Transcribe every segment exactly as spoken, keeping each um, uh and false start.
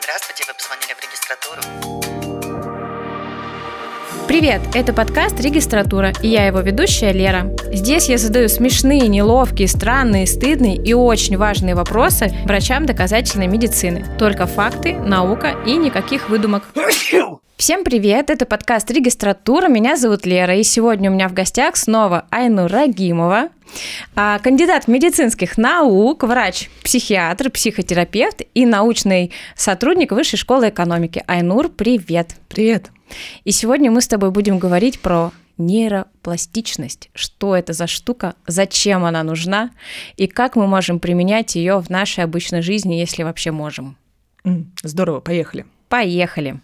Здравствуйте, вы позвонили в регистратуру. Привет, это подкаст «Регистратура», и я его ведущая Лера. Здесь я задаю смешные, неловкие, странные, стыдные и очень важные вопросы врачам доказательной медицины. Только факты, наука и никаких выдумок. Всем привет, это подкаст «Регистратура», меня зовут Лера, и сегодня у меня в гостях снова Айнур Рагимова, кандидат медицинских наук, врач-психиатр, психотерапевт и научный сотрудник Высшей школы экономики. Айнур, привет. Привет. И сегодня мы с тобой будем говорить про нейропластичность. Что это за штука, зачем она нужна и как мы можем применять ее в нашей обычной жизни, если вообще можем. Здорово, поехали. Поехали.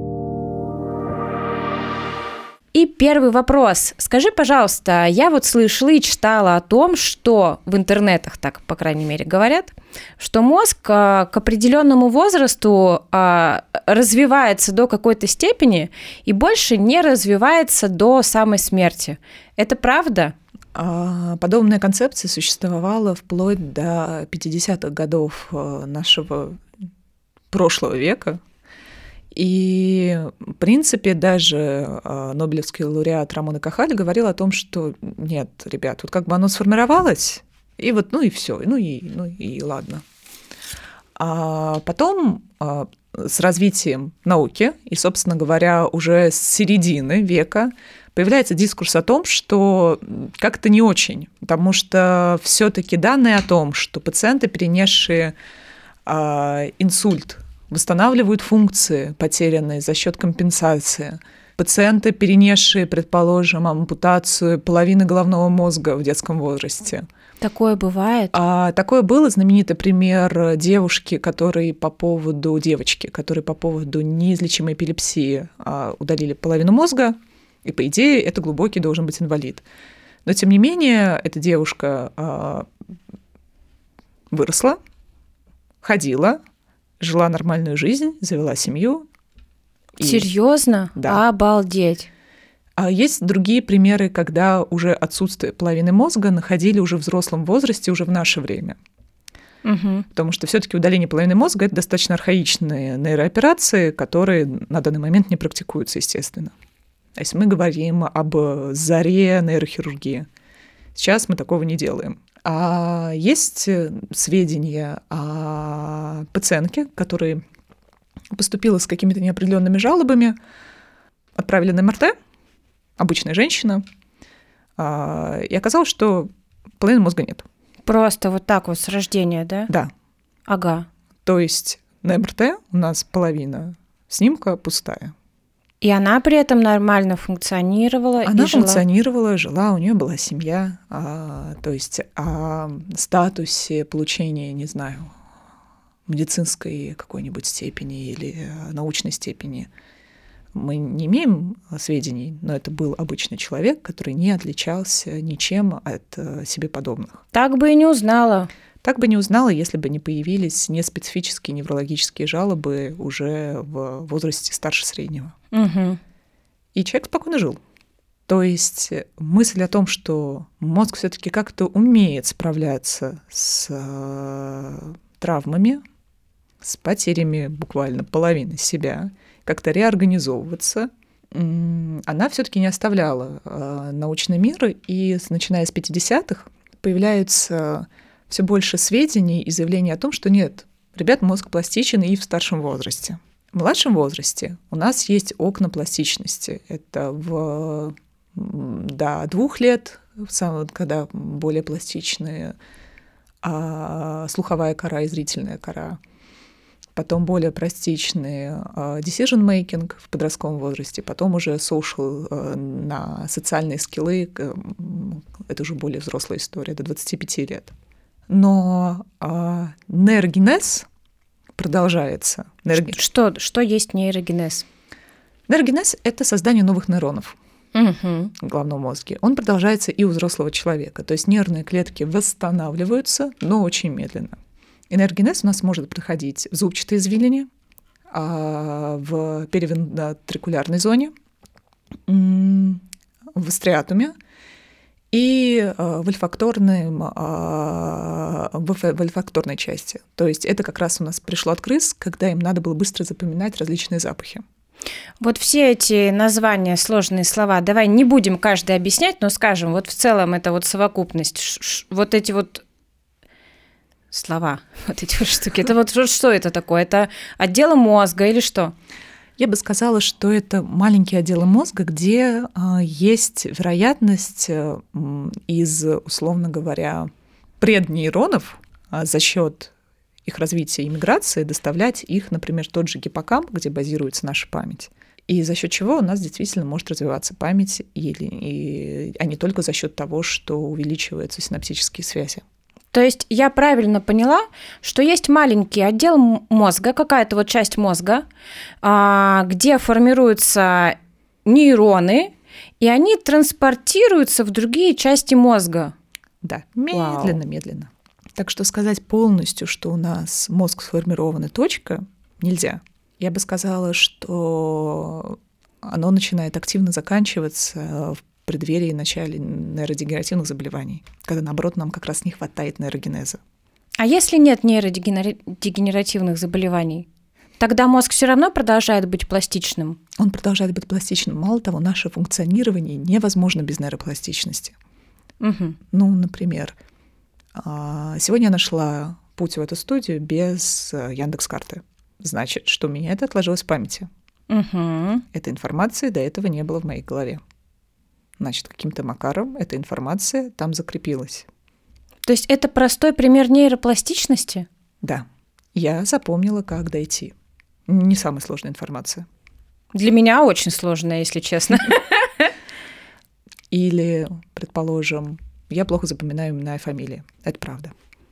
И первый вопрос. Скажи, пожалуйста, я вот слышала и читала о том, что в интернетах, так, по крайней мере, говорят, что мозг к определенному возрасту развивается до какой-то степени и больше не развивается до самой смерти. Это правда? Подобная концепция существовала вплоть до пятидесятых годов нашего прошлого века. И, в принципе, даже нобелевский лауреат Рамон Кахаль говорил о том, что нет, ребят, вот как бы оно сформировалось, и вот, ну и все, ну и, ну и ладно. А потом с развитием науки, и, собственно говоря, уже с середины века появляется дискурс о том, что как-то не очень, потому что все-таки данные о том, что пациенты, перенесшие инсульт, восстанавливают функции, потерянные за счет компенсации. Пациенты, перенесшие, предположим, ампутацию половины головного мозга в детском возрасте. Такое бывает? А, такое было. Знаменитый пример девушки, которые по поводу девочки, которые по поводу неизлечимой эпилепсии а, удалили половину мозга, и, по идее, это глубокий должен быть инвалид. Но, тем не менее, эта девушка а, выросла, ходила, жила нормальную жизнь, завела семью. И... Серьезно? Да. Обалдеть. А есть другие примеры, когда уже отсутствие половины мозга находили уже в взрослом возрасте, уже в наше время. Угу. Потому что все-таки удаление половины мозга – это достаточно архаичные нейрооперации, которые на данный момент не практикуются, естественно. То есть мы говорим об заре нейрохирургии. Сейчас мы такого не делаем. А есть сведения о пациентке, которая поступила с какими-то неопределенными жалобами, отправили на эм эр тэ, обычная женщина, и оказалось, что половины мозга нет. Просто вот так вот с рождения, да? Да. Ага. То есть на эм эр тэ у нас половина снимка пустая. И она при этом нормально функционировала? Она и жила? функционировала, жила, у нее была семья, а, то есть о статусе получения, не знаю, медицинской какой-нибудь степени или научной степени мы не имеем сведений, но это был обычный человек, который не отличался ничем от себе подобных. Так бы и не узнала. Так бы не узнала, если бы не появились неспецифические неврологические жалобы уже в возрасте старше среднего. Угу. И человек спокойно жил. То есть мысль о том, что мозг все-таки как-то умеет справляться с э, травмами, с потерями буквально половины себя, как-то реорганизовываться, э, она все-таки не оставляла э, научный мир. И начиная с пятидесятых появляются все больше сведений и заявлений о том, что нет, ребят, мозг пластичен и в старшем возрасте. В младшем возрасте у нас есть окна пластичности. Это в, до двух лет, когда более пластичные а, слуховая кора и зрительная кора. Потом более пластичные а, decision making в подростковом возрасте. Потом уже social а, на социальные скиллы. Это уже более взрослая история, до двадцати пяти лет. Но а, нейрогенез продолжается. Нейроген... Что, что есть нейрогенез? Нейрогенез – это создание новых нейронов угу. в головном мозге. Он продолжается и у взрослого человека. То есть нервные клетки восстанавливаются, но очень медленно. И нейрогенез у нас может проходить в зубчатой извилине, в перивентрикулярной зоне, в стриатуме и в ольфакторном, в ольфакторной части. То есть это как раз у нас пришло от крыс, когда им надо было быстро запоминать различные запахи. Вот все эти названия, сложные слова, давай не будем каждый объяснять, но скажем, вот в целом это вот совокупность, ш- ш- вот эти вот слова, вот эти вот штуки, это вот что это такое? Это отделы мозга или что? Я бы сказала, что это маленькие отделы мозга, где а, есть вероятность а, из, условно говоря, преднейронов а, за счет их развития и миграции доставлять их, например, в тот же гиппокамп, где базируется наша память. И за счет чего у нас действительно может развиваться память, или, и, а не только за счет того, что увеличиваются синаптические связи. То есть я правильно поняла, что есть маленький отдел мозга, какая-то вот часть мозга, где формируются нейроны, и они транспортируются в другие части мозга. Да, медленно-медленно. Так что сказать полностью, что у нас мозг сформирована точка, нельзя. Я бы сказала, что оно начинает активно заканчиваться в преддверии начала нейродегенеративных заболеваний, когда, наоборот, нам как раз не хватает нейрогенеза. А если нет нейродегенеративных заболеваний, тогда мозг все равно продолжает быть пластичным? Он продолжает быть пластичным. Мало того, наше функционирование невозможно без нейропластичности. Угу. Ну, например, сегодня я нашла путь в эту студию без Яндекс.Карты. Значит, что у меня это отложилось в памяти. Угу. Этой информации до этого не было в моей голове. Значит, каким-то макаром эта информация там закрепилась. То есть это простой пример нейропластичности? Да. Я запомнила, как дойти. Не самая сложная информация. Для меня очень сложная, если честно. Или, предположим, я плохо запоминаю имена и фамилии. Это правда.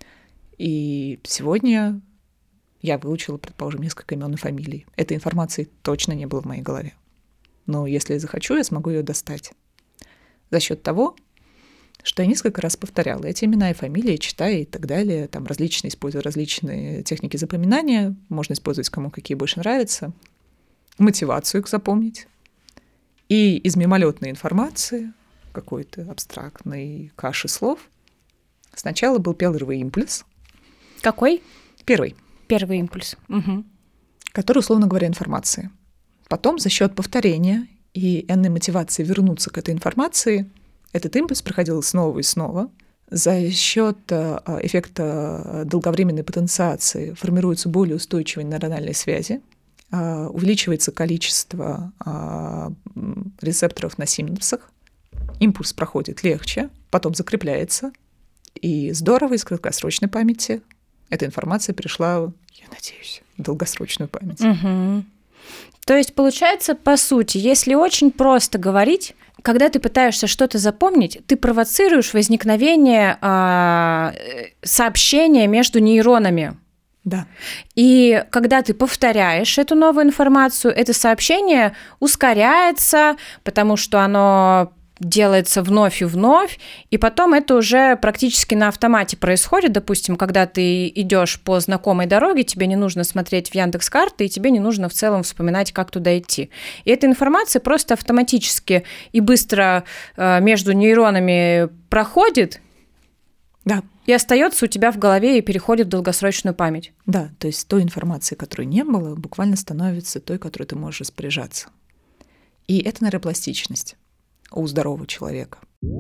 И сегодня я выучила, предположим, несколько имен и фамилий. Этой информации точно не было в моей голове. Но если я захочу, я смогу ее достать. За счет того, что я несколько раз повторяла эти имена и фамилии, читая и так далее, там различные, используя различные техники запоминания, можно использовать кому какие больше нравятся, мотивацию их запомнить. И из мимолетной информации, какой-то абстрактной каши слов, сначала был первый импульс. Какой? Первый. Первый импульс. Угу. Который, условно говоря, информации. Потом за счет повторения и энной мотивации вернуться к этой информации, этот импульс проходил снова и снова. За счет эффекта долговременной потенциации формируются более устойчивые нейрональные связи, увеличивается количество рецепторов на синапсах, импульс проходит легче, потом закрепляется, и здорово из краткосрочной памяти эта информация перешла, я надеюсь, в долгосрочную память. Угу. То есть, получается, по сути, если очень просто говорить, когда ты пытаешься что-то запомнить, ты провоцируешь возникновение э, сообщения между нейронами. Да. И когда ты повторяешь эту новую информацию, это сообщение ускоряется, потому что оно делается вновь и вновь, и потом это уже практически на автомате происходит. Допустим, когда ты идешь по знакомой дороге, тебе не нужно смотреть в Яндекс.Карты, и тебе не нужно в целом вспоминать, как туда идти. И эта информация просто автоматически и быстро э, между нейронами проходит, да, и остается у тебя в голове и переходит в долгосрочную память. Да, то есть той информации, которой не было, буквально становится той, которой ты можешь распоряжаться. И это нейропластичность у здорового человека.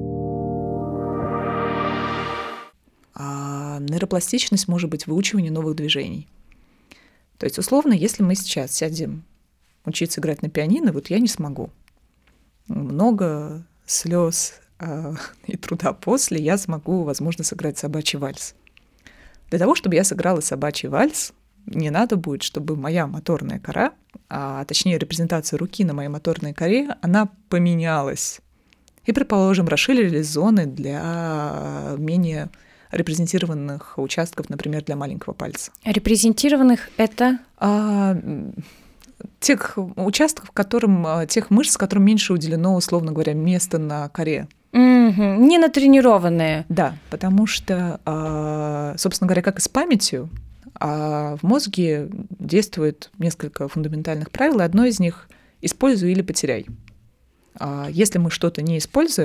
А нейропластичность может быть выучивание новых движений. То есть, условно, если мы сейчас сядем учиться играть на пианино, вот я не смогу. Много слез э, и труда после я смогу, возможно, сыграть собачий вальс. Для того, чтобы я сыграла собачий вальс, не надо будет, чтобы моя моторная кора, а точнее репрезентация руки на моей моторной коре, она поменялась. И, предположим, расширились зоны для менее репрезентированных участков, например, для маленького пальца. Репрезентированных — это? А, тех участков, которым, тех мышц, которым меньше уделено, условно говоря, место на коре. Mm-hmm. Не натренированные. Да, потому что, собственно говоря, как и с памятью, а в мозге действует несколько фундаментальных правил, и одно из них — используй или потеряй. Если мы что-то не используем,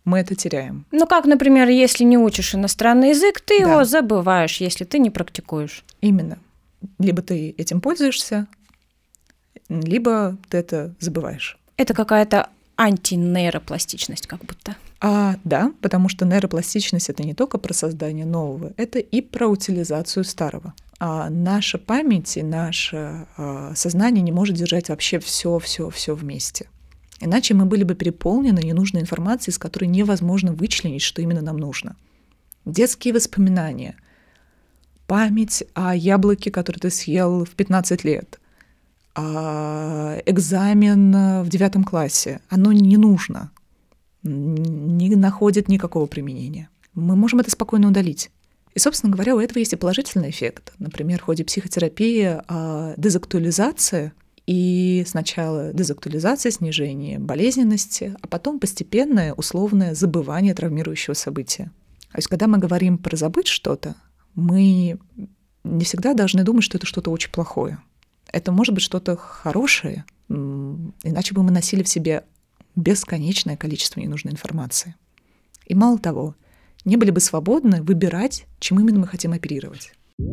мы это теряем. Ну, как, например, если не учишь иностранный язык, ты Да. его забываешь, если ты не практикуешь. Именно. Либо ты этим пользуешься, либо ты это забываешь. Это какая-то антинейропластичность как будто. А, да, потому что нейропластичность — это не только про создание нового, это и про утилизацию старого. А наша память и наше а, сознание не может держать вообще все, все, все вместе. Иначе мы были бы переполнены ненужной информацией, с которой невозможно вычленить, что именно нам нужно. Детские воспоминания, память о яблоке, который ты съел в пятнадцать лет, а экзамен в девятом классе, оно не нужно, не находит никакого применения. Мы можем это спокойно удалить. И, собственно говоря, у этого есть и положительный эффект. Например, в ходе психотерапии дезактуализация, и сначала дезактуализация, снижение болезненности, а потом постепенное условное забывание травмирующего события. То есть, когда мы говорим про забыть что-то, мы не всегда должны думать, что это что-то очень плохое. Это может быть что-то хорошее, иначе бы мы носили в себе бесконечное количество ненужной информации. И мало того, не были бы свободны выбирать, чем именно мы хотим оперировать.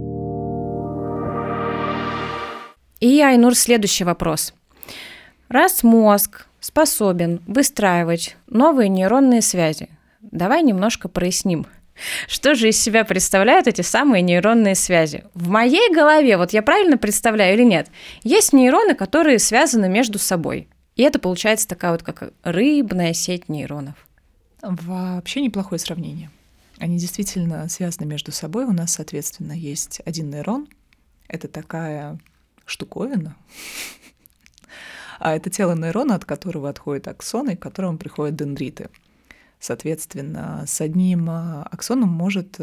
И, Айнур, следующий вопрос. Раз мозг способен выстраивать новые нейронные связи, давай немножко проясним. Что же из себя представляют эти самые нейронные связи? В моей голове, вот я правильно представляю или нет, есть нейроны, которые связаны между собой. И это получается такая вот как рыбная сеть нейронов. Вообще неплохое сравнение. Они действительно связаны между собой. У нас, соответственно, есть один нейрон. Это такая штуковина. А это тело нейрона, от которого отходят аксоны, к которому приходят дендриты. Соответственно, с одним аксоном может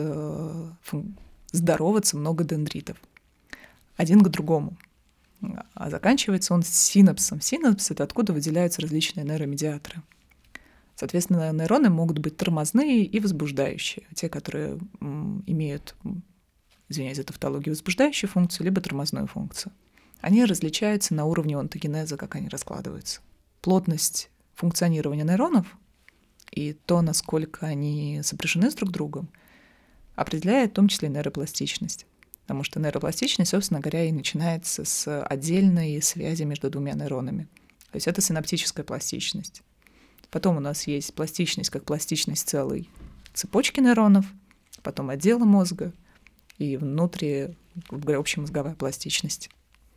здороваться много дендритов. Один к другому. А заканчивается он синапсом. Синапс — это откуда выделяются различные нейромедиаторы. Соответственно, нейроны могут быть тормозные и возбуждающие. Те, которые имеют, извиняюсь за тавтологию, возбуждающую функцию, либо тормозную функцию. Они различаются на уровне онтогенеза, как они раскладываются. Плотность функционирования нейронов и то, насколько они сопряжены с друг другом, определяет в том числе нейропластичность. Потому что нейропластичность, собственно говоря, и начинается с отдельной связи между двумя нейронами. То есть это синаптическая пластичность. Потом у нас есть пластичность как пластичность целой цепочки нейронов, потом отдела мозга и внутри, грубо говоря, общемозговая пластичность.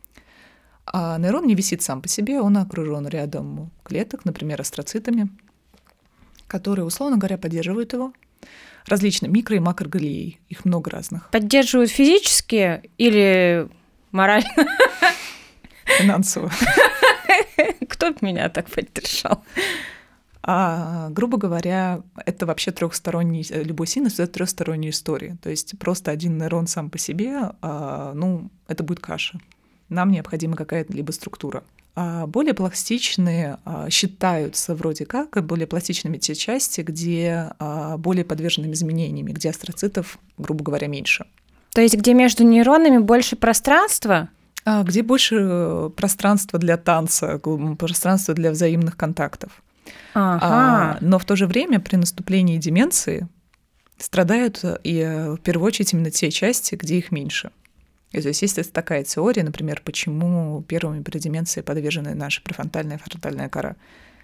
А нейрон не висит сам по себе, он окружен рядом клеток, например, астроцитами, которые, условно говоря, поддерживают его. Различные микро- и макроглией, их много разных. Поддерживают физически или морально? Финансово. Кто б меня так поддержал? А, грубо говоря, это вообще трехсторонний, любой синапс — это трехсторонняя история. То есть просто один нейрон сам по себе, а, ну, это будет каша. Нам необходима какая-то либо структура. А более пластичные а, считаются вроде как более пластичными те части, где а, более подвержены изменениями, где астроцитов, грубо говоря, меньше. То есть где между нейронами больше пространства? А, где больше пространства для танца, пространства для взаимных контактов. Ага. А, но в то же время при наступлении деменции страдают и в первую очередь именно те части, где их меньше. И то есть есть такая теория, например, почему первыми при деменции подвержены наша префронтальная и фронтальная кора.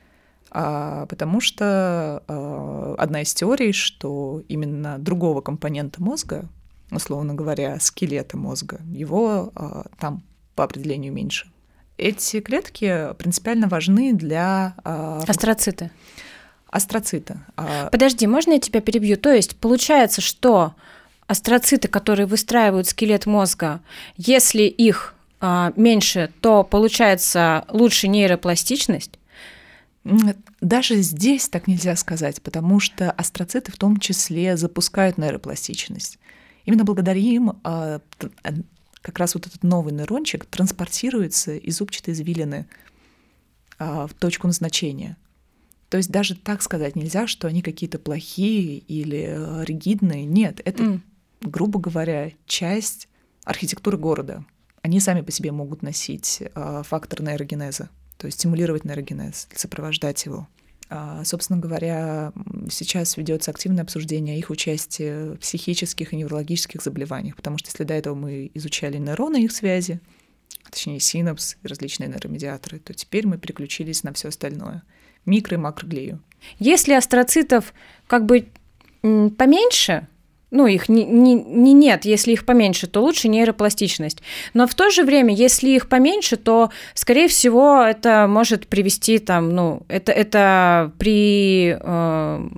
А, потому что а, одна из теорий, что именно другого компонента мозга, условно говоря, скелета мозга, его а, там по определению меньше. Эти клетки принципиально важны для... А, астроциты. Астроциты. А... Подожди, можно я тебя перебью? То есть получается, что астроциты, которые выстраивают скелет мозга, если их а, меньше, то получается лучше нейропластичность? Даже здесь так нельзя сказать, потому что астроциты в том числе запускают нейропластичность. Именно благодаря им а, как раз вот этот новый нейрончик транспортируется из зубчатой извилины а, в точку назначения. То есть даже так сказать нельзя, что они какие-то плохие или ригидные. Нет, это, mm. грубо говоря, часть архитектуры города. Они сами по себе могут носить а, фактор нейрогенеза, то есть стимулировать нейрогенез, сопровождать его. Собственно говоря, сейчас ведется активное обсуждение их участия в психических и неврологических заболеваниях, потому что если до этого мы изучали нейроны, их связи, точнее синапс и различные нейромедиаторы, то теперь мы переключились на все остальное — микро- и макроглию. Если астроцитов как бы поменьше, ну, их не, не, не нет, если их поменьше, то лучше нейропластичность. Но в то же время, если их поменьше, то, скорее всего, это может привести там, ну, это, это при... Э,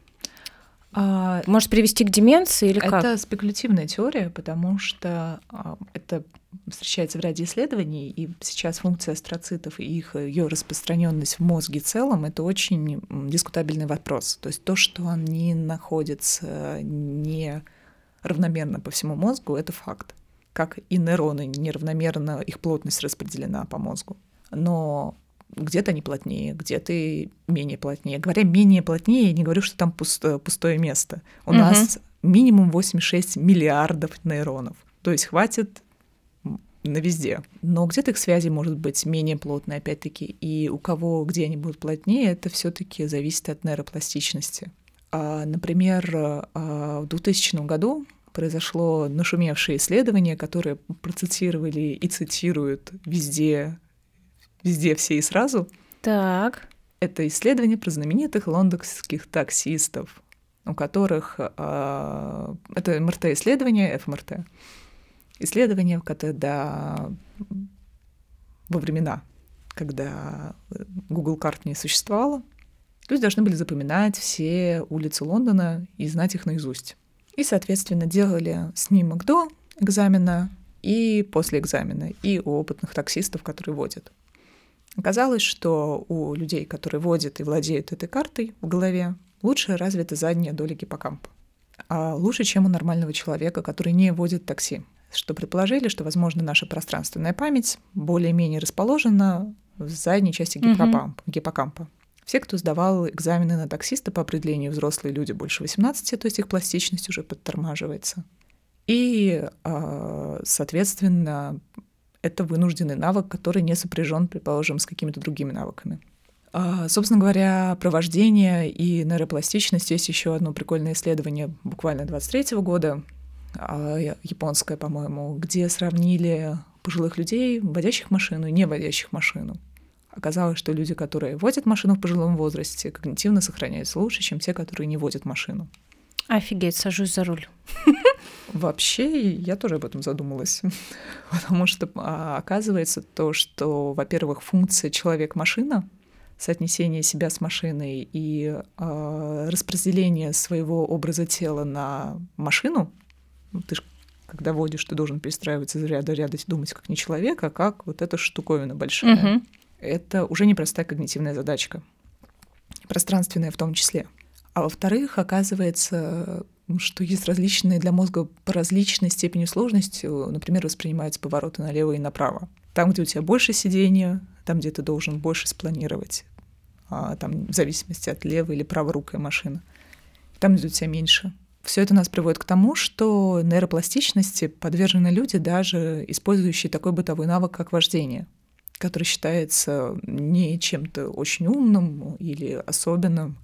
а, может привести к деменции или это как? Это спекулятивная теория, потому что а, это встречается в ряде исследований, и сейчас функция астроцитов и их, ее распространенность в мозге в целом — это очень дискутабельный вопрос. То есть то, что они находятся не равномерно по всему мозгу, это факт. Как и нейроны, неравномерно их плотность распределена по мозгу. Но где-то они плотнее, где-то менее плотнее. Говоря менее плотнее, я не говорю, что там пусто, пустое место. У угу. нас минимум восемьдесят шесть миллиардов нейронов. То есть хватит на везде. Но где-то их связи может быть менее плотные, опять-таки, и у кого, где они будут плотнее, это все-таки зависит от нейропластичности. А, например, в двухтысячном году произошло нашумевшее исследование, которое процитировали и цитируют везде, везде все и сразу. Так. Это исследование про знаменитых лондонских таксистов, у которых а, это эм эр тэ-исследование, эф эм эр тэ. Исследования, когда во времена, когда Google карт не существовало, люди должны были запоминать все улицы Лондона и знать их наизусть. И, соответственно, делали снимок до экзамена и после экзамена, и у опытных таксистов, которые водят. Оказалось, что у людей, которые водят и владеют этой картой в голове, лучше развита задняя доля гиппокампа. А лучше, чем у нормального человека, который не водит такси. Что предположили, что, возможно, наша пространственная память более-менее расположена в задней части гиппокампа. Uh-huh. гиппокампа. Все, кто сдавал экзамены на таксиста, по определению взрослые люди больше восемнадцати, то есть их пластичность уже подтормаживается. И, соответственно, это вынужденный навык, который не сопряжен, предположим, с какими-то другими навыками. Собственно говоря, про вождение и нейропластичность есть еще одно прикольное исследование буквально двадцать третьего года, японское, по-моему, где сравнили пожилых людей, водящих машину и не водящих машину. Оказалось, что люди, которые водят машину в пожилом возрасте, когнитивно сохраняются лучше, чем те, которые не водят машину. Офигеть, сажусь за руль. Вообще, я тоже об этом задумалась, потому что оказывается то, что, во-первых, функция человек-машина, соотнесение себя с машиной и э, распределение своего образа тела на машину. Ты ж, когда водишь, ты должен перестраиваться из ряда в ряд и думать как не человек, а как вот эта штуковина большая. Угу. Это уже непростая когнитивная задачка, пространственная в том числе. А во-вторых, оказывается, что есть различные для мозга по различной степени сложности, например, воспринимаются повороты налево и направо. Там, где у тебя больше сидения, там, где ты должен больше спланировать, а, там, в зависимости от левой или праворукой машины, там, где у тебя меньше. Все это нас приводит к тому, что нейропластичности подвержены люди, даже использующие такой бытовой навык, как вождение, который считается не чем-то очень умным или особенным.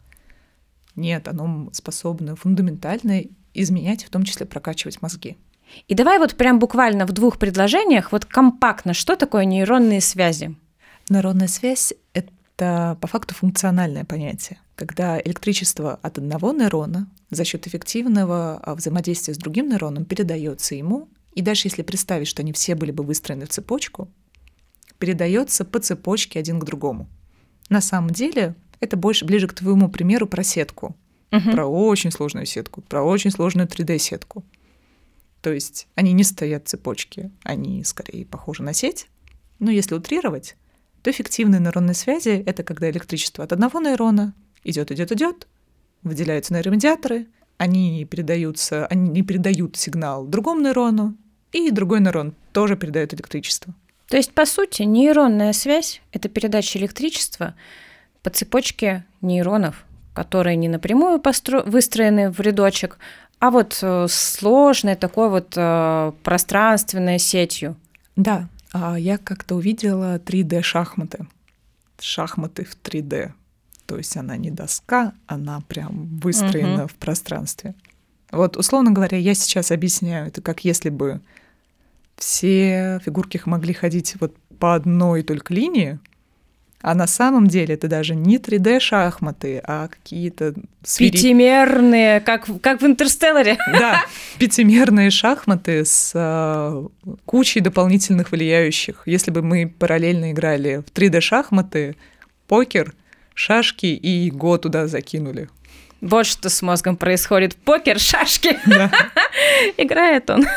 Нет, оно способно фундаментально изменять, в том числе прокачивать мозги. И давай вот прям буквально в двух предложениях, вот компактно, что такое нейронные связи? Нейронная связь — это по факту функциональное понятие, когда электричество от одного нейрона за счет эффективного взаимодействия с другим нейроном передается ему, и дальше, если представить, что они все были бы выстроены в цепочку, передается по цепочке один к другому. На самом деле это больше ближе к твоему примеру про сетку, uh-huh. про очень сложную сетку, про очень сложную три дэ-сетку. То есть они не стоят в цепочке, они скорее похожи на сеть. Но если утрировать, то эффективные нейронные связи — это когда электричество от одного нейрона идет, идет, идет, выделяются нейромедиаторы, они передаются, они передают сигнал другому нейрону, и другой нейрон тоже передает электричество. То есть, по сути, нейронная связь — это передача электричества по цепочке нейронов, которые не напрямую постро... выстроены в рядочек, а вот сложной такой вот э, пространственной сетью. Да, я как-то увидела три дэ-шахматы. Шахматы в три дэ. То есть она не доска, она прям выстроена Мгм. в пространстве. Вот, условно говоря, я сейчас объясняю, это как если бы все фигурки могли ходить вот по одной только линии, а на самом деле это даже не три дэ-шахматы, а какие-то свири- Пятимерные, как, в- как в «Интерстелларе». Да, пятимерные шахматы с а, кучей дополнительных влияющих. Если бы мы параллельно играли в три дэ-шахматы, покер, шашки и го туда закинули. Вот что с мозгом происходит. Покер, шашки. Да. Играет он.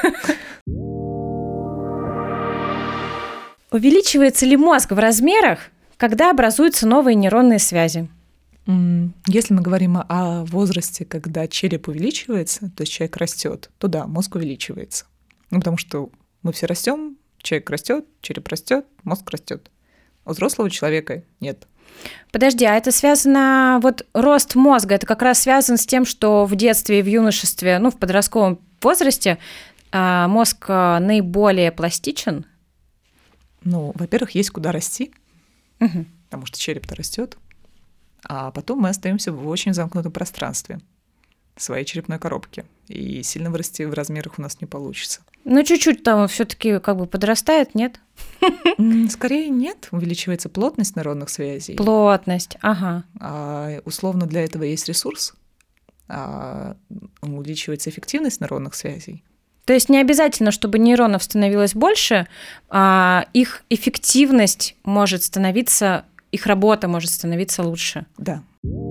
Увеличивается ли мозг в размерах, когда образуются новые нейронные связи? М, Если мы говорим о возрасте, когда череп увеличивается, то есть человек растет, то да, мозг увеличивается. Ну, потому что мы все растем, человек растет, череп растет, мозг растет. У взрослого человека нет. Подожди, а это связано, вот рост мозга, это как раз связано с тем, что в детстве и в юношестве, ну, в подростковом возрасте а, мозг а, наиболее пластичен? Ну, во-первых, есть куда расти, Мгм. потому что череп-то растет, а потом мы остаемся в очень замкнутом пространстве своей черепной коробки, и сильно вырасти в размерах у нас не получится. Ну, чуть-чуть там все-таки как бы подрастает, нет? М, Скорее нет, увеличивается плотность нейронных связей. Плотность, ага. А, условно для этого есть ресурс, а, увеличивается эффективность нейронных связей. То есть не обязательно, чтобы нейронов становилось больше, а их эффективность может становиться, их работа может становиться лучше. Да.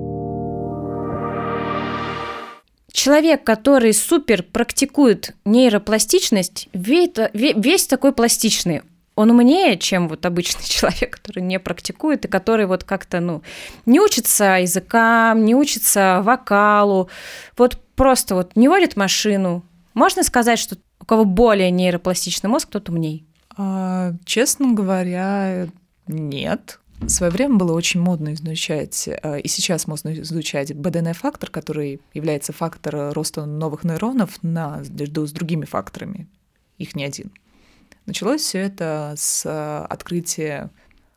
Человек, который супер практикует нейропластичность, весь, весь такой пластичный. Он умнее, чем вот обычный человек, который не практикует и который вот как-то, ну, не учится языкам, не учится вокалу, вот просто вот не водит машину. Можно сказать, что у кого более нейропластичный мозг, тот умней? А, честно говоря, нет. В свое время было очень модно изучать, а, и сейчас можно изучать бэ дэ эн эф-фактор, который является фактором роста новых нейронов наряду с другими факторами. Их не один. Началось все это с а, открытия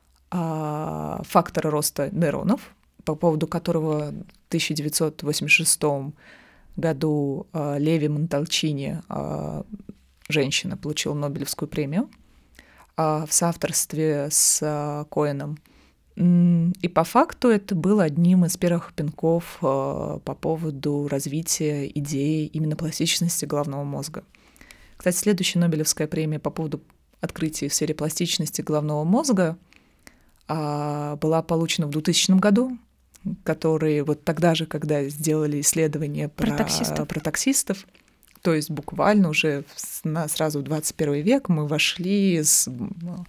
а, фактора роста нейронов, по поводу которого в тысяча девятьсот восемьдесят шестом году а, Леви Монталчини, а, женщина, получила Нобелевскую премию а, в соавторстве с а, Коэном. И по факту это было одним из первых пинков а, по поводу развития идеи именно пластичности головного мозга. Кстати, следующая Нобелевская премия по поводу открытия в сфере пластичности головного мозга а, была получена в двухтысячном году, которые вот тогда же, когда сделали исследования про, Про таксистов. про таксистов, то есть буквально уже в- на, сразу в двадцать первый век мы вошли с м,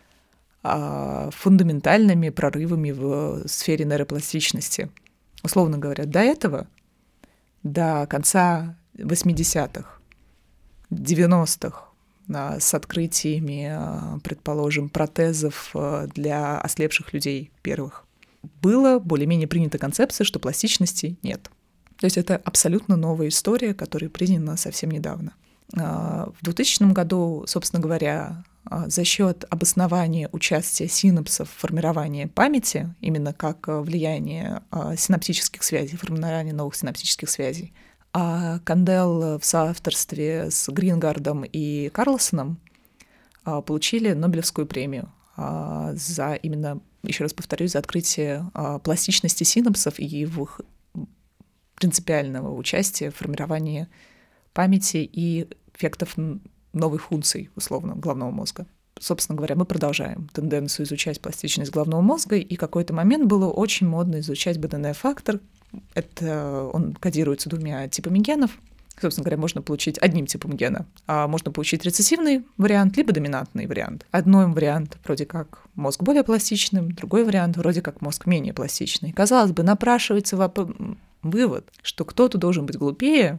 а, фундаментальными прорывами в сфере нейропластичности. Условно говоря, до этого, до конца восьмидесятых, девяностых, а, с открытиями, а, предположим, протезов а, для ослепших людей первых, было более-менее принята концепция, что пластичности нет. То есть это абсолютно новая история, которая признана совсем недавно. А, В двухтысячном году, собственно говоря, а, за счет обоснования участия синапсов в формировании памяти, именно как а, влияние а, синаптических связей, формирование новых синаптических связей, а Кандел в соавторстве с Грингардом и Карлсоном а, получили Нобелевскую премию а, за именно, еще раз повторюсь, за открытие а, пластичности синапсов и их принципиального участия в формировании памяти и эффектов н- новых функций, условно, головного мозга. Собственно говоря, мы продолжаем тенденцию изучать пластичность головного мозга, и какой-то момент было очень модно изучать бэ дэ эн эф-фактор. Это он кодируется двумя типами генов. Собственно говоря, можно получить одним типом гена, а можно получить рецессивный вариант, либо доминантный вариант. Одной вариант вроде как мозг более пластичным, другой вариант вроде как мозг менее пластичный. Казалось бы, напрашивается воп- вывод, что кто-то должен быть глупее,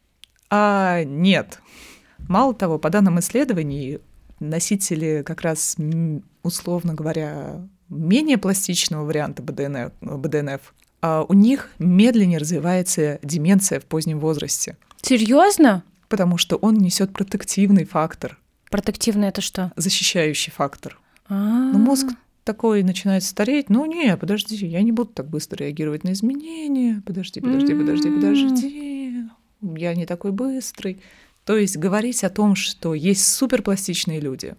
а нет. Мало того, по данным исследований, носители как раз, м, условно говоря, менее пластичного варианта бэ дэ эн эф, бэ дэ эн эф, а у них медленнее развивается деменция в позднем возрасте, Серьезно? потому что он несет протективный фактор, Протективное это что? защищающий фактор. А, Но мозг такой начинает стареть. Ну, не, подожди, я не буду так быстро реагировать на изменения. Подожди, подожди, подожди, подожди. Я не такой быстрый. То есть говорить о том, что есть суперпластичные люди,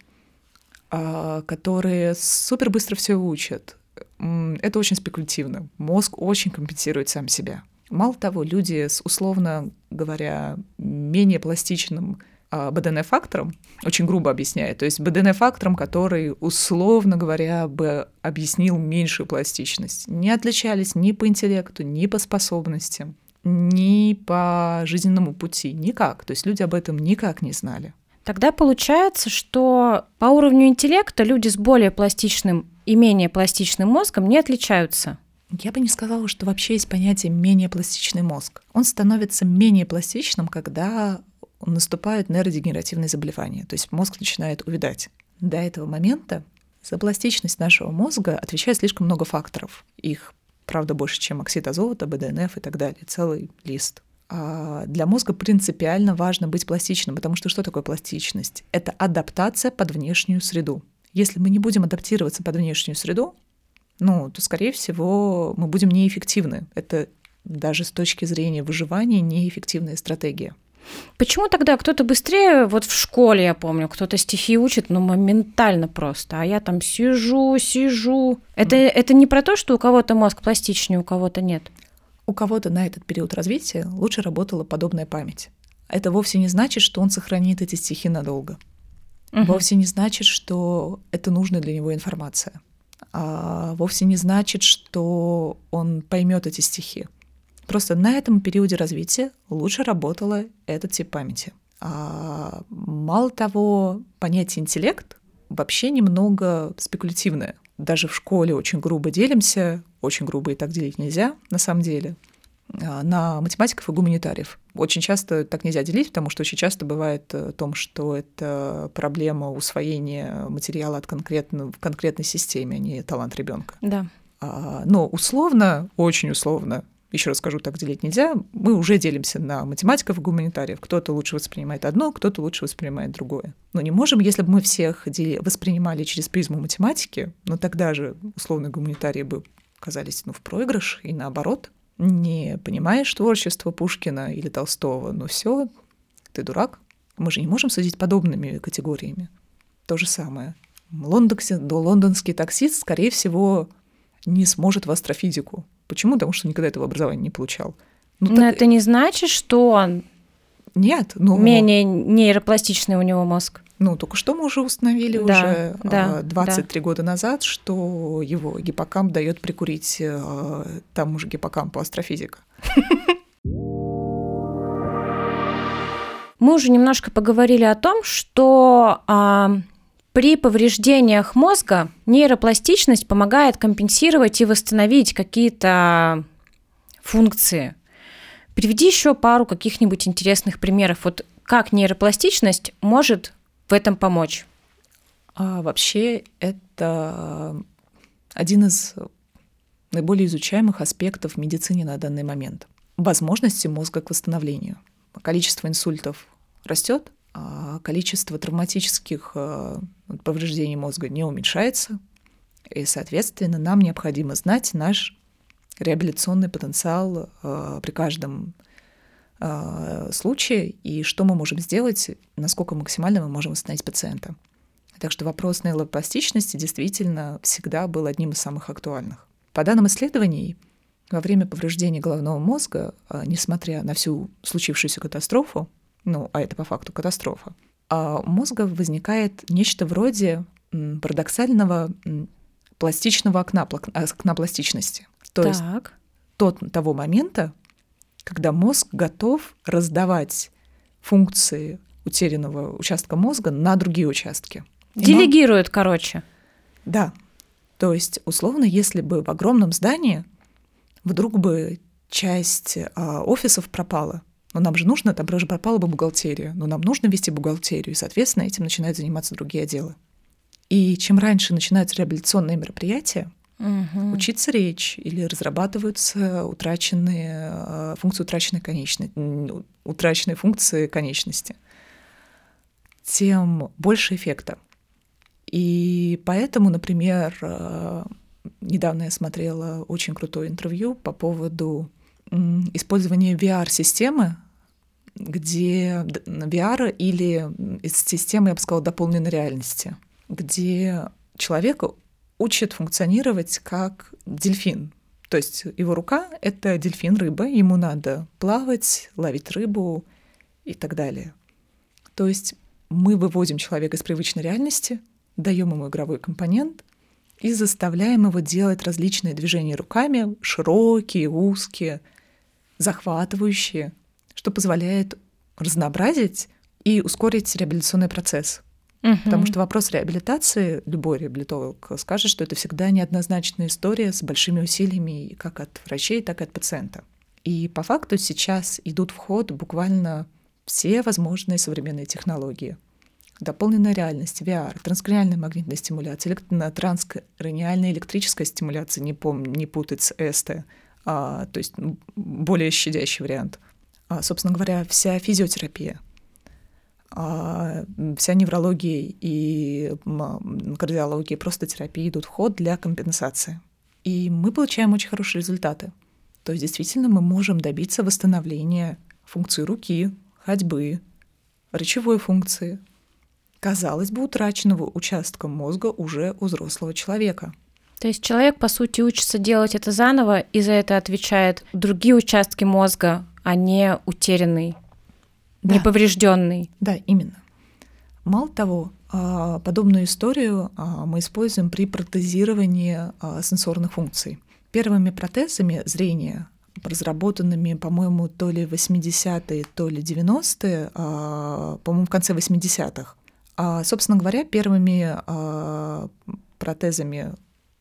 которые супер быстро все учат, это очень спекулятивно. Мозг очень компенсирует сам себя. Мало того, люди с, условно говоря, менее пластичным бэ дэ эн эф-фактором, очень грубо объясняю, то есть бэ дэ эн эф-фактором, который, условно говоря, бы объяснил меньшую пластичность, не отличались ни по интеллекту, ни по способностям, ни по жизненному пути, никак. То есть люди об этом никак не знали. Тогда получается, что по уровню интеллекта люди с более пластичным и менее пластичным мозгом не отличаются. Я бы не сказала, что вообще есть понятие «менее пластичный мозг». Он становится менее пластичным, когда наступают нейродегенеративные заболевания, то есть мозг начинает увядать. До этого момента за пластичность нашего мозга отвечает слишком много факторов. Их, правда, больше, чем оксид азота, бэ дэ эн эф и так далее, целый лист. А для мозга принципиально важно быть пластичным, потому что что такое пластичность? Это адаптация под внешнюю среду. Если мы не будем адаптироваться под внешнюю среду, ну, то, скорее всего, мы будем неэффективны. Это даже с точки зрения выживания неэффективная стратегия. Почему тогда кто-то быстрее, вот в школе, я помню, кто-то стихи учит, но моментально просто, а я там сижу, сижу. Это, mm. это не про то, что у кого-то мозг пластичнее, у кого-то нет? У кого-то на этот период развития лучше работала подобная память. Это вовсе не значит, что он сохранит эти стихи надолго. Uh-huh. Вовсе не значит, что это нужная для него информация. А вовсе не значит, что он поймет эти стихи. Просто на этом периоде развития лучше работала этот тип памяти. А мало того, понятие интеллект вообще немного спекулятивное. Даже в школе очень грубо делимся, очень грубо и так делить нельзя, на самом деле, на математиков и гуманитариев. Очень часто так нельзя делить, потому что очень часто бывает о том, что это проблема усвоения материала от конкретно, в конкретной системе, а не талант ребенка. Да. Но условно, очень условно, еще раз скажу, так делить нельзя, мы уже делимся на математиков и гуманитариев. Кто-то лучше воспринимает одно, кто-то лучше воспринимает другое. Но не можем, если бы мы всех воспринимали через призму математики, но тогда же условно гуманитарии бы оказались ну, в проигрыш, и наоборот. Не понимаешь творчество Пушкина или Толстого, ну все, ты дурак. Мы же не можем судить подобными категориями. То же самое. Лондонский, лондонский таксист, скорее всего, не сможет в астрофизику. Почему? Потому что никогда этого образования не получал. Ну, Но так... это не значит, что он Нет, ну... менее нейропластичный у него мозг. Ну, только что мы уже установили да, уже да, двадцать три да. года назад, что его гиппокамп дает прикурить тому же гиппокампу астрофизика. Мы уже немножко поговорили о том, что а, при повреждениях мозга нейропластичность помогает компенсировать и восстановить какие-то функции. Приведи еще пару каких-нибудь интересных примеров. Вот как нейропластичность может в этом помочь? А вообще это один из наиболее изучаемых аспектов в медицине на данный момент. Возможности мозга к восстановлению. Количество инсультов растет, а количество травматических повреждений мозга не уменьшается, и, соответственно, нам необходимо знать наш реабилитационный потенциал при каждом случае и что мы можем сделать, насколько максимально мы можем восстановить пациента. Так что вопрос нейропластичности действительно всегда был одним из самых актуальных. По данным исследований, во время повреждения головного мозга, несмотря на всю случившуюся катастрофу, ну, а это по факту катастрофа, у мозга возникает нечто вроде парадоксального пластичного окна, окна пластичности. То так. есть тот, того момента, когда мозг готов раздавать функции утерянного участка мозга на другие участки. Делегирует, он... короче. Да. То есть, условно, если бы в огромном здании вдруг бы часть а, офисов пропала, но нам же нужно, там же пропала бы бухгалтерия, но нам нужно вести бухгалтерию, и, соответственно, этим начинают заниматься другие отделы. И чем раньше начинаются реабилитационные мероприятия, угу. учится речь или разрабатываются утраченные функции утраченной конечности, утраченные функции конечности, тем больше эффекта. И поэтому, например, недавно я смотрела очень крутое интервью по поводу использования ви ар-системы, где ви ар или системы, я бы сказала, дополненной реальности, где человека учат функционировать как дельфин. То есть его рука — это дельфин, рыба, ему надо плавать, ловить рыбу и так далее. То есть мы выводим человека из привычной реальности, даем ему игровой компонент и заставляем его делать различные движения руками, широкие, узкие, захватывающие, что позволяет разнообразить и ускорить реабилитационный процесс. Угу. Потому что вопрос реабилитации, любой реабилитолог скажет, что это всегда неоднозначная история с большими усилиями как от врачей, так и от пациента. И по факту сейчас идут в ход буквально все возможные современные технологии. Дополненная реальность, ви ар, транскраниальная магнитная стимуляция, транскраниальная электрическая стимуляция, не, пом- не путать с ЭСТ, а, то есть более щадящий вариант. А, собственно говоря, вся физиотерапия, а, вся неврология и кардиология, просто терапия идут в ход для компенсации. И мы получаем очень хорошие результаты. То есть действительно мы можем добиться восстановления функции руки, ходьбы, речевой функции, казалось бы, утраченного участка мозга уже у взрослого человека. То есть человек, по сути, учится делать это заново, и за это отвечают другие участки мозга, а не утерянный, да. неповрежденный. Да, именно. Мало того, подобную историю мы используем при протезировании сенсорных функций. Первыми протезами зрения, разработанными, по-моему, то ли в восьмидесятые, то ли девяностые, по-моему, в конце восьмидесятых, собственно говоря, первыми протезами,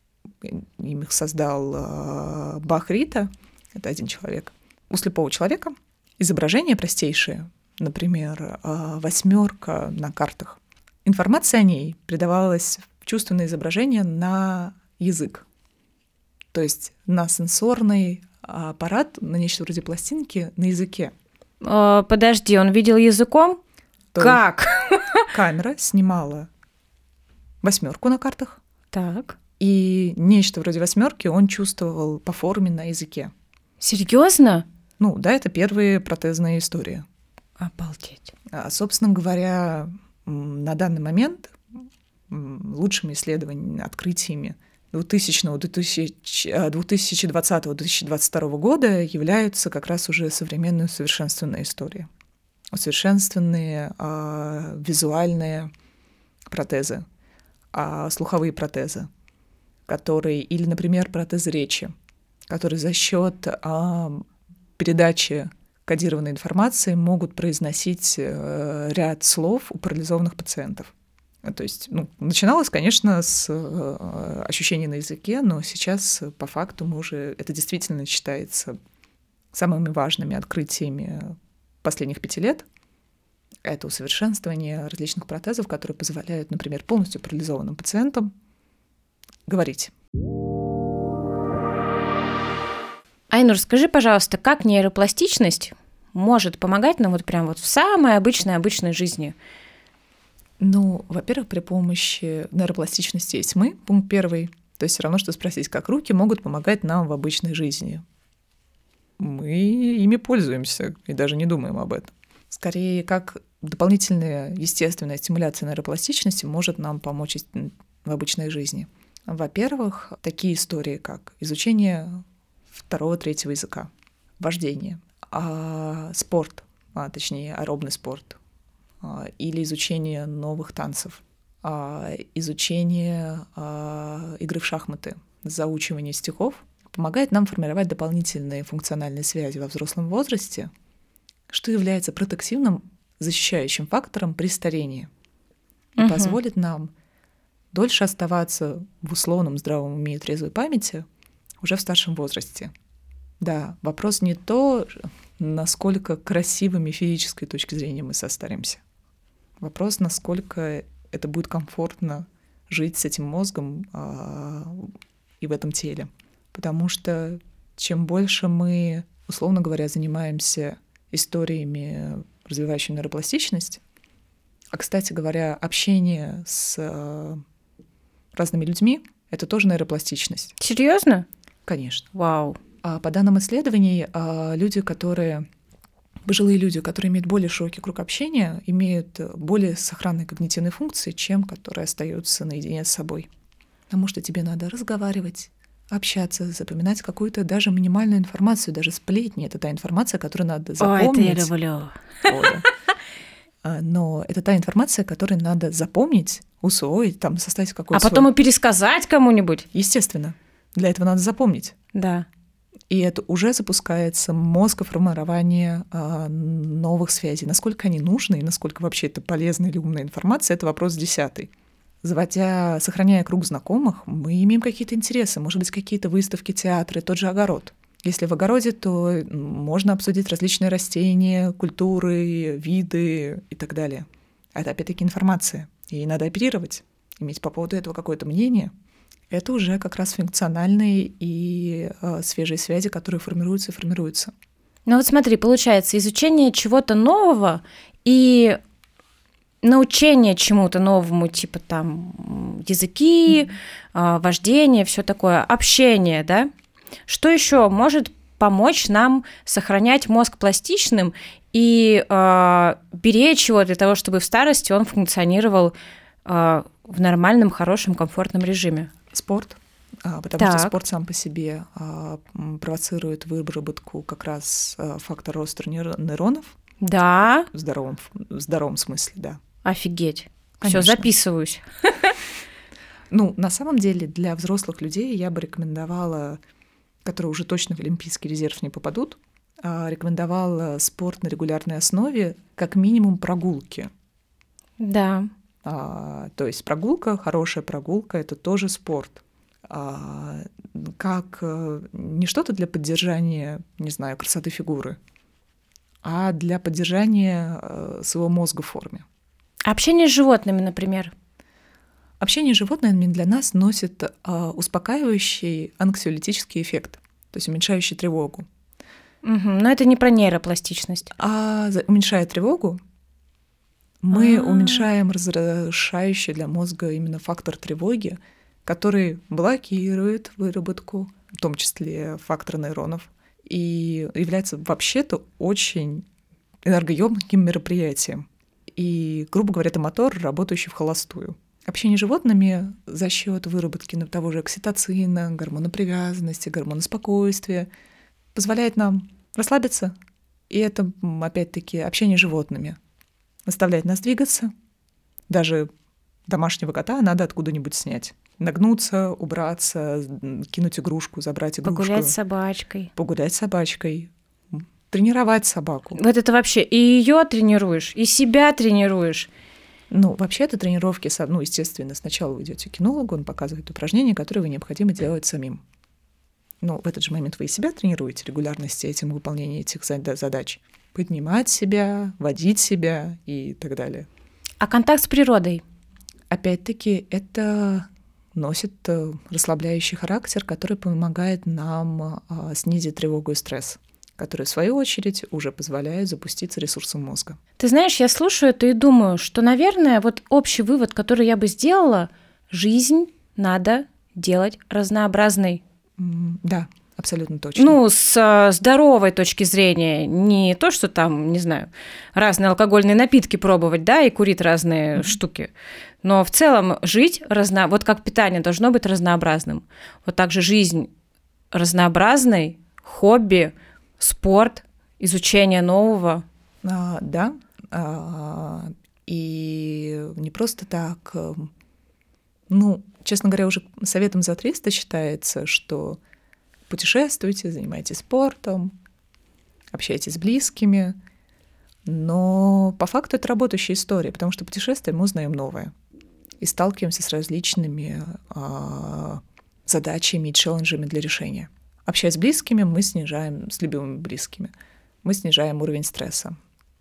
им их создал Бах Рита, это один человек, у слепого человека изображение простейшее, например, восьмерка на картах. Информация о ней передавалась в чувственное изображение на язык, то есть на сенсорный аппарат, на нечто вроде пластинки на языке. Подожди, он видел языком? То как? Камера снимала восьмерку на картах. Так. И нечто вроде восьмерки он чувствовал по форме на языке. Серьезно? Ну, да, это первые протезные истории. Обалдеть. А, собственно говоря, на данный момент лучшими исследованиями, открытиями двухтысячного, двухтысячи двадцатого — две тысячи двадцать второго года являются как раз уже современные усовершенствованные истории. Усовершенствованные а, визуальные протезы, а, слуховые протезы, которые, или, например, протезы речи, которые за счет а, передачи кодированной информации могут произносить а, ряд слов у парализованных пациентов. То есть, ну, начиналось, конечно, с а, ощущений на языке, но сейчас по факту мы уже, это действительно считается самыми важными открытиями последних пяти лет. Это усовершенствование различных протезов, которые позволяют, например, полностью парализованным пациентам говорить. Айнур, скажи, пожалуйста, как нейропластичность может помогать нам вот прям вот в самой обычной обычной жизни? Ну, во-первых, при помощи нейропластичности есть мы, пункт первый. То есть все равно, что спросить, как руки могут помогать нам в обычной жизни. Мы ими пользуемся и даже не думаем об этом. Скорее, как дополнительная естественная стимуляция нейропластичности может нам помочь в обычной жизни. Во-первых, такие истории, как изучение второго, третьего языка, вождение, а спорт, а, точнее, аэробный спорт, а, или изучение новых танцев, а, изучение а, игры в шахматы, заучивание стихов, помогает нам формировать дополнительные функциональные связи во взрослом возрасте, что является протективным, защищающим фактором при старении и угу. позволит нам дольше оставаться в условном здравом уме и трезвой памяти уже в старшем возрасте. Да, вопрос не то, насколько красивыми физической точки зрения мы состаримся. Вопрос, насколько это будет комфортно жить с этим мозгом а, и в этом теле. Потому что чем больше мы, условно говоря, занимаемся историями, развивающими нейропластичность, а, кстати говоря, общение с разными людьми, это тоже нейропластичность. Серьезно? Конечно. Вау. А по данным исследований, люди, которые, пожилые люди, которые имеют более широкий круг общения, имеют более сохранные когнитивные функции, чем которые остаются наедине с собой. Потому что тебе надо разговаривать, общаться, запоминать какую-то даже минимальную информацию, даже сплетни. Это та информация, которую надо запомнить. О, это я люблю. О, да. Но это та информация, которую надо запомнить, усвоить, там, составить какой-то... А потом свой... и пересказать кому-нибудь. Естественно. Для этого надо запомнить. Да. И это уже запускается мозгоформирование а, новых связей. Насколько они нужны и насколько вообще это полезная или умная информация, это вопрос десятый. Заводя, сохраняя круг знакомых, мы имеем какие-то интересы, может быть, какие-то выставки, театры, тот же огород. Если в огороде, то можно обсудить различные растения, культуры, виды и так далее. Это опять-таки информация, ей надо оперировать, иметь по поводу этого какое-то мнение. Это уже как раз функциональные и э, свежие связи, которые формируются и формируются. Ну вот смотри, получается, изучение чего-то нового и научение чему-то новому, типа там языки, mm-hmm. вождение, все такое, общение, да? Что еще может помочь нам сохранять мозг пластичным и э, беречь его для того, чтобы в старости он функционировал э, в нормальном, хорошем, комфортном режиме? Спорт, потому так. что спорт сам по себе провоцирует выработку как раз фактора роста нейронов. Да. В здоровом, в здоровом смысле, да. Офигеть. Все, записываюсь. Ну, на самом деле, для взрослых людей я бы рекомендовала, которые уже точно в олимпийский резерв не попадут, рекомендовала спорт на регулярной основе, как минимум прогулки. Да. А, то есть прогулка, хорошая прогулка — это тоже спорт. А, как не что-то для поддержания, не знаю, красоты фигуры, а для поддержания своего мозга в форме. Общение с животными, например. Общение с животными для нас носит а, успокаивающий анксиолитический эффект, то есть уменьшающий тревогу. Угу, но это не про нейропластичность. А уменьшая тревогу, мы А-а-а. уменьшаем разрушающий для мозга именно фактор тревоги, который блокирует выработку, в том числе фактора нейронов, и является вообще-то очень энергоемким мероприятием. И, грубо говоря, это мотор, работающий в холостую. Общение с животными за счет выработки того же окситоцина, гормона привязанности, гормона спокойствия позволяет нам расслабиться. И это, опять-таки, общение с животными заставляет нас двигаться. Даже домашнего кота надо откуда-нибудь снять. Нагнуться, убраться, кинуть игрушку, забрать игрушку. Погулять с собачкой. Погулять с собачкой. Тренировать собаку. Вот это вообще и ее тренируешь, и себя тренируешь. Ну, вообще-то тренировки, ну, естественно, сначала вы идете к кинологу, он показывает упражнения, которые вы необходимо делать самим. Ну, в этот же момент вы и себя тренируете регулярности этим выполнением этих задач. Поднимать себя, водить себя и так далее. А контакт с природой? Опять-таки, это носит расслабляющий характер, который помогает нам снизить тревогу и стресс, который, в свою очередь, уже позволяет запуститься ресурсом мозга. Ты знаешь, я слушаю это и думаю, что, наверное, вот общий вывод, который я бы сделала, жизнь надо делать разнообразной. Да, абсолютно точно. Ну, с здоровой точки зрения, не то, что там, не знаю, разные алкогольные напитки пробовать, да, и курить разные mm-hmm. штуки, но в целом жить разно... вот как питание должно быть разнообразным. Вот так же жизнь разнообразной, хобби, спорт, изучение нового. А, да, а, и не просто так. Ну, честно говоря, уже советом за триста считается, что путешествуйте, занимайтесь спортом, общайтесь с близкими, но по факту это работающая история, потому что путешествуем, мы узнаем новое и сталкиваемся с различными а, задачами и челленджами для решения. Общаясь с близкими, мы снижаем, с любимыми близкими, мы снижаем уровень стресса.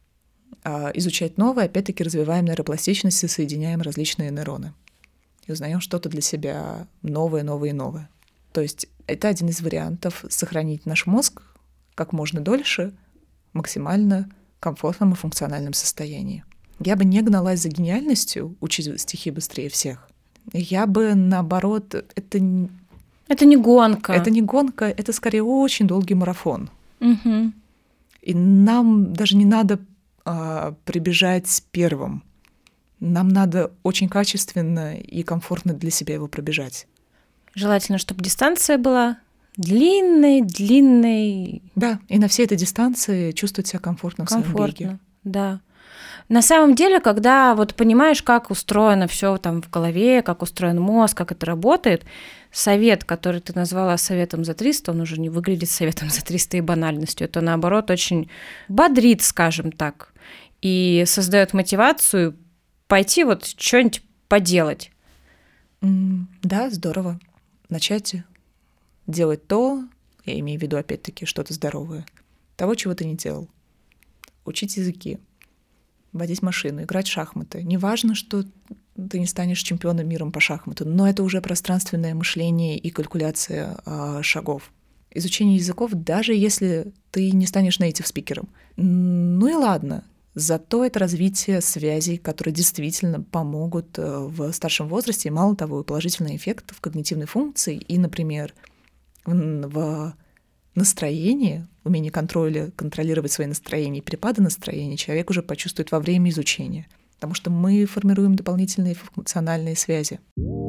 А изучать новое, опять-таки, развиваем нейропластичность и соединяем различные нейроны. И узнаем что-то для себя новое, новое и новое. То есть это один из вариантов сохранить наш мозг как можно дольше в максимально комфортном и функциональном состоянии. Я бы не гналась за гениальностью, учить стихи быстрее всех. Я бы, наоборот, это, Это не гонка. это не гонка, это скорее очень долгий марафон. Мгм. И нам даже не надо а, прибежать первым. Нам надо очень качественно и комфортно для себя его пробежать. Желательно, чтобы дистанция была длинной, длинной, Да, и на всей этой дистанции чувствовать себя комфортно в своем беге. комфортно. Да. На самом деле, когда вот понимаешь, как устроено все там в голове, как устроен мозг, как это работает, совет, который ты назвала советом за триста, он уже не выглядит советом за триста и банальностью. Это, наоборот, очень бодрит, скажем так, и создает мотивацию пойти вот что-нибудь поделать. М, Да, здорово. Начать делать то, я имею в виду, опять-таки, что-то здоровое, того, чего ты не делал. Учить языки, водить машину, играть в шахматы. Неважно, что ты не станешь чемпионом мира по шахматам, но это уже пространственное мышление и калькуляция а, шагов. Изучение языков, даже если ты не станешь нейтив спикером. Ну и ладно. Зато это развитие связей, которые действительно помогут э, в старшем возрасте, и мало того, и положительный эффект в когнитивной функции и, например, в, в настроении, умении контроля, контролировать свои настроения и перепады настроения человек уже почувствует во время изучения, потому что мы формируем дополнительные функциональные связи.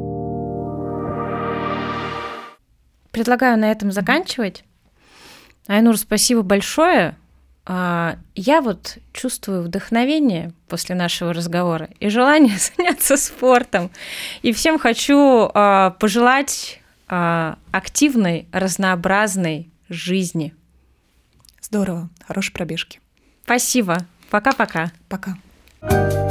Предлагаю на этом заканчивать. Айнур, спасибо большое. А, Я вот чувствую вдохновение после нашего разговора и желание заняться спортом. И всем хочу а, пожелать а, активной, разнообразной жизни. Здорово. Хорошей пробежки. Спасибо. Пока-пока. Пока.